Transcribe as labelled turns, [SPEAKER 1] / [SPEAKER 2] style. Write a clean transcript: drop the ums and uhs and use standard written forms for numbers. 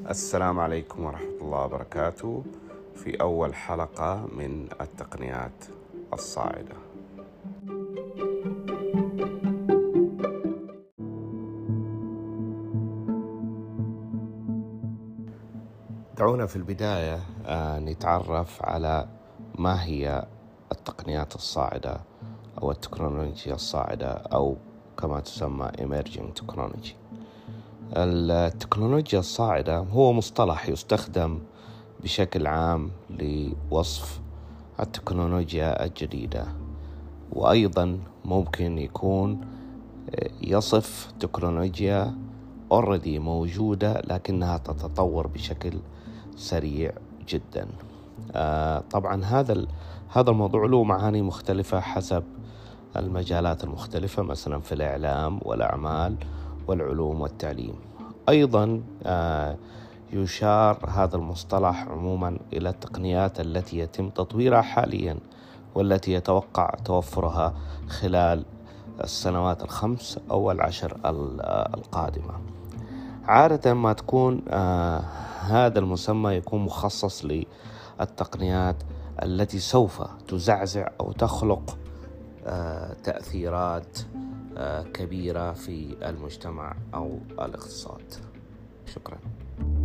[SPEAKER 1] السلام عليكم ورحمة الله وبركاته. في أول حلقة من التقنيات الصاعدة. دعونا في البداية نتعرف على ما هي التقنيات الصاعدة أو التكنولوجيا الصاعدة، أو كما تسمى Emerging Technology. التكنولوجيا الصاعدة هو مصطلح يستخدم بشكل عام لوصف التكنولوجيا الجديدة، وأيضا ممكن يكون يصف تكنولوجيا already موجودة لكنها تتطور بشكل سريع جدا. طبعا هذا الموضوع له معاني مختلفة حسب المجالات المختلفة، مثلا في الإعلام والأعمال والعلوم والتعليم. أيضا يشار هذا المصطلح عموما إلى التقنيات التي يتم تطويرها حاليا والتي يتوقع توفرها خلال السنوات 5 أو 10 القادمة. عادة ما تكون هذا المسمى يكون مخصص للتقنيات التي سوف تزعزع أو تخلق تأثيرات كبيرة في المجتمع أو الاقتصاد. شكرا.